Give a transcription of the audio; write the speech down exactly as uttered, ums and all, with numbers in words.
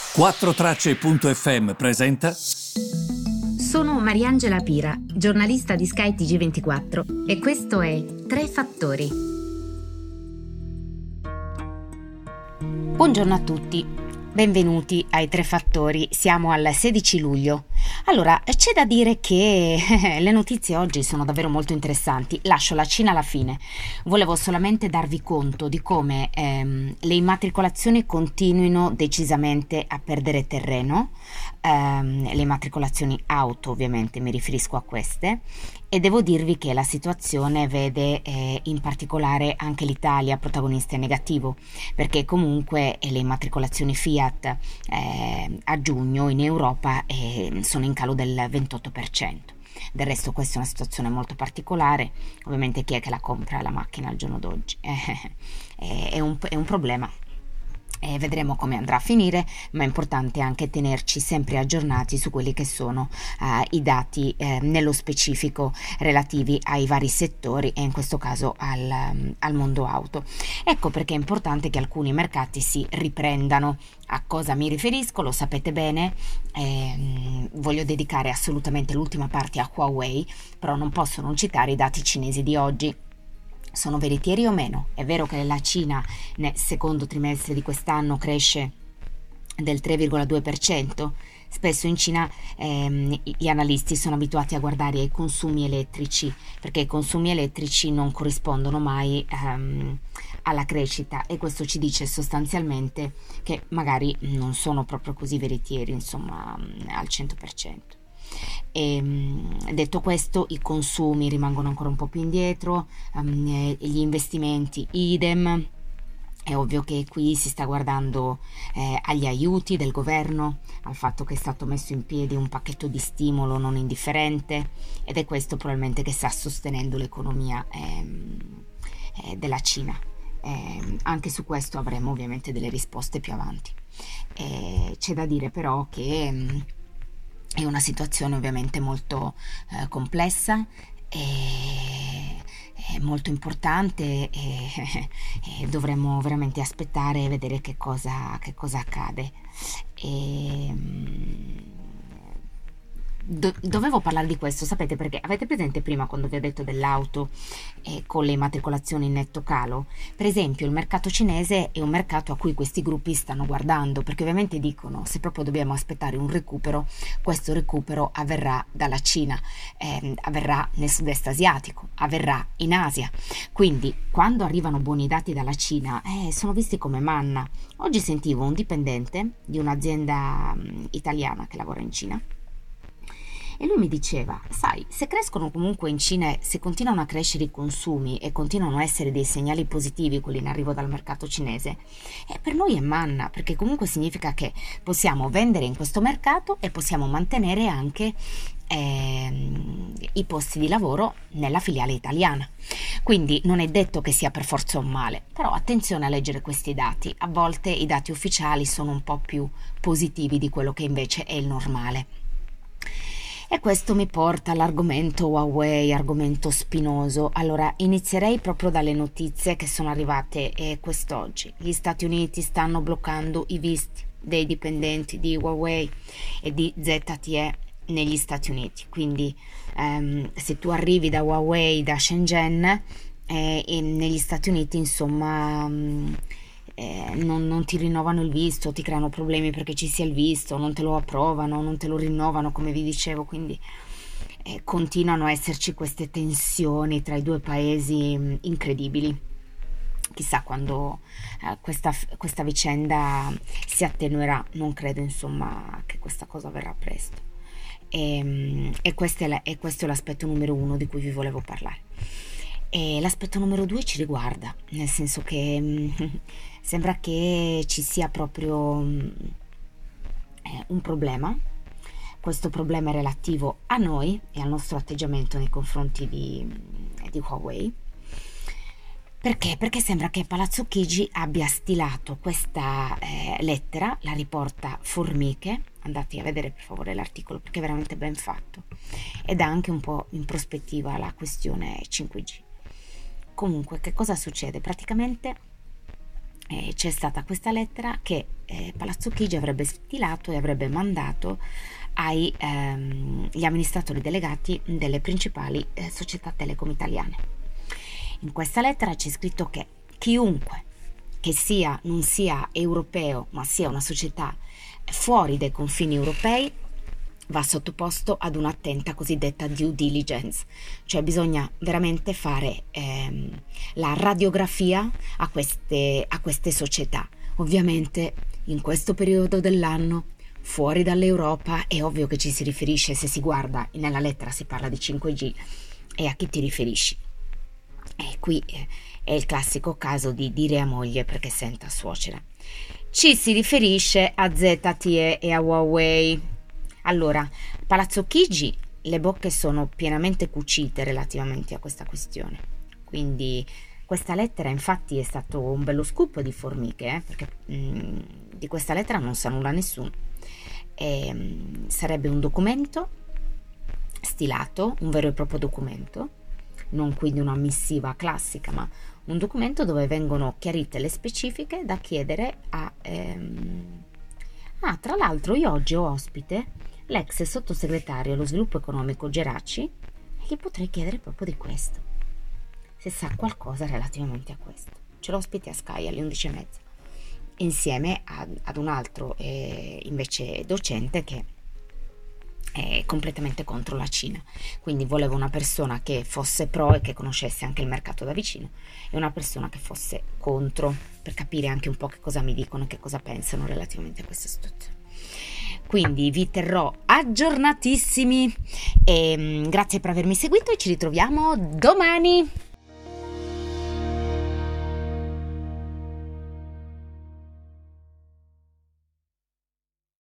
quattro tracce punto effe emme presenta. Sono Mariangela Pira, giornalista di Sky T G ventiquattro e questo è Tre Fattori. Buongiorno a tutti, benvenuti ai Tre Fattori, siamo al sedici luglio. Allora, c'è da dire che le notizie oggi sono davvero molto interessanti, lascio la Cina alla fine. Volevo solamente darvi conto di come ehm, le immatricolazioni continuino decisamente a perdere terreno, ehm, le immatricolazioni auto ovviamente mi riferisco a queste, e devo dirvi che la situazione vede eh, in particolare anche l'Italia protagonista in negativo, perché comunque eh, le immatricolazioni Fiat eh, a giugno in Europa eh, sono in calo del ventotto per cento. Del resto questa è una situazione molto particolare, ovviamente chi è che la compra la macchina al giorno d'oggi? Eh, è, un, è un problema. E vedremo come andrà a finire, ma è importante anche tenerci sempre aggiornati su quelli che sono uh, i dati eh, nello specifico relativi ai vari settori e in questo caso al, um, al mondo auto. Ecco perché è importante che alcuni mercati si riprendano. A cosa mi riferisco? Lo sapete bene, eh, voglio dedicare assolutamente l'ultima parte a Huawei, però non posso non citare i dati cinesi di oggi. Sono veritieri o meno? È vero che la Cina nel secondo trimestre di quest'anno cresce del tre virgola due per cento? Spesso in Cina ehm, gli analisti sono abituati a guardare ai consumi elettrici, perché i consumi elettrici non corrispondono mai ehm, alla crescita, e questo ci dice sostanzialmente che magari non sono proprio così veritieri, insomma, al cento per cento. E, detto questo, i consumi rimangono ancora un po' più indietro, um, gli investimenti idem. È ovvio che qui si sta guardando eh, agli aiuti del governo, al fatto che è stato messo in piedi un pacchetto di stimolo non indifferente, ed è questo probabilmente che sta sostenendo l'economia ehm, eh, della Cina. Eh, anche su questo avremo ovviamente delle risposte più avanti. Eh, c'è da dire però che ehm, è una situazione ovviamente molto eh, complessa e è molto importante, e, e dovremmo veramente aspettare e vedere che cosa, che cosa accade. E, do, dovevo parlare di questo, sapete perché? Avete presente prima quando vi ho detto dell'auto eh, con le immatricolazioni in netto calo? Per esempio il mercato cinese è un mercato a cui questi gruppi stanno guardando, perché ovviamente dicono se proprio dobbiamo aspettare un recupero, questo recupero avverrà dalla Cina, eh, avverrà nel sud-est asiatico, avverrà in Asia. Quindi quando arrivano buoni dati dalla Cina eh, sono visti come manna. Oggi sentivo un dipendente di un'azienda um, italiana che lavora in Cina, e lui mi diceva, sai, se crescono comunque in Cina, se continuano a crescere i consumi e continuano a essere dei segnali positivi quelli in arrivo dal mercato cinese, eh, per noi è manna, perché comunque significa che possiamo vendere in questo mercato e possiamo mantenere anche ehm, i posti di lavoro nella filiale italiana. Quindi non è detto che sia per forza un male, però attenzione a leggere questi dati. A volte i dati ufficiali sono un po' più positivi di quello che invece è il normale. E questo mi porta all'argomento Huawei, argomento spinoso. Allora, inizierei proprio dalle notizie che sono arrivate eh, quest'oggi. Gli Stati Uniti stanno bloccando i visti dei dipendenti di Huawei e di Z T E negli Stati Uniti. Quindi ehm, se tu arrivi da Huawei, da Shenzhen, eh, e negli Stati Uniti, insomma... Mh, Eh, non, non ti rinnovano il visto, ti creano problemi perché ci sia il visto, non te lo approvano, non te lo rinnovano, come vi dicevo, quindi eh, continuano a esserci queste tensioni tra i due paesi mh, incredibili. Chissà quando eh, questa, questa vicenda si attenuerà, non credo insomma che questa cosa avverrà presto. E, e, questo è la, e questo è l'aspetto numero uno di cui vi volevo parlare. E l'aspetto numero due ci riguarda, nel senso che mh, sembra che ci sia proprio mh, eh, un problema. Questo problema è relativo a noi e al nostro atteggiamento nei confronti di, di Huawei. Perché? Perché sembra che Palazzo Chigi abbia stilato questa eh, lettera, la riporta Formiche, andate a vedere per favore l'articolo perché è veramente ben fatto, ed dà anche un po' in prospettiva la questione cinque G. Comunque, che cosa succede? Praticamente eh, c'è stata questa lettera che eh, Palazzo Chigi avrebbe stilato e avrebbe mandato agli ehm, amministratori delegati delle principali eh, società telecom italiane. In questa lettera c'è scritto che chiunque che sia non sia europeo ma sia una società fuori dai confini europei va sottoposto ad un'attenta cosiddetta due diligence, cioè bisogna veramente fare ehm, la radiografia a queste, a queste società. Ovviamente in questo periodo dell'anno, fuori dall'Europa, è ovvio che ci si riferisce, se si guarda nella lettera si parla di cinque G, e a chi ti riferisci? E qui eh, è il classico caso di dire a moglie perché senta suocera. Ci si riferisce a Z T E e a Huawei. Allora, Palazzo Chigi, le bocche sono pienamente cucite relativamente a questa questione, quindi questa lettera infatti è stato un bello scoop di Formiche, eh, perché mh, di questa lettera non sa nulla nessuno. E, mh, sarebbe un documento stilato, un vero e proprio documento, non quindi una missiva classica, ma un documento dove vengono chiarite le specifiche da chiedere a... Ehm... Ah, tra l'altro io oggi ho ospite l'ex sottosegretario allo sviluppo economico Geraci e gli potrei chiedere proprio di questo, se sa qualcosa relativamente a questo. Ce l'ho ospite a Sky alle undici e mezza, insieme ad, ad un altro eh, invece docente che è completamente contro la Cina, quindi volevo una persona che fosse pro e che conoscesse anche il mercato da vicino e una persona che fosse contro, per capire anche un po' che cosa mi dicono e che cosa pensano relativamente a questa situazione. Quindi vi terrò aggiornatissimi e grazie per avermi seguito e ci ritroviamo domani.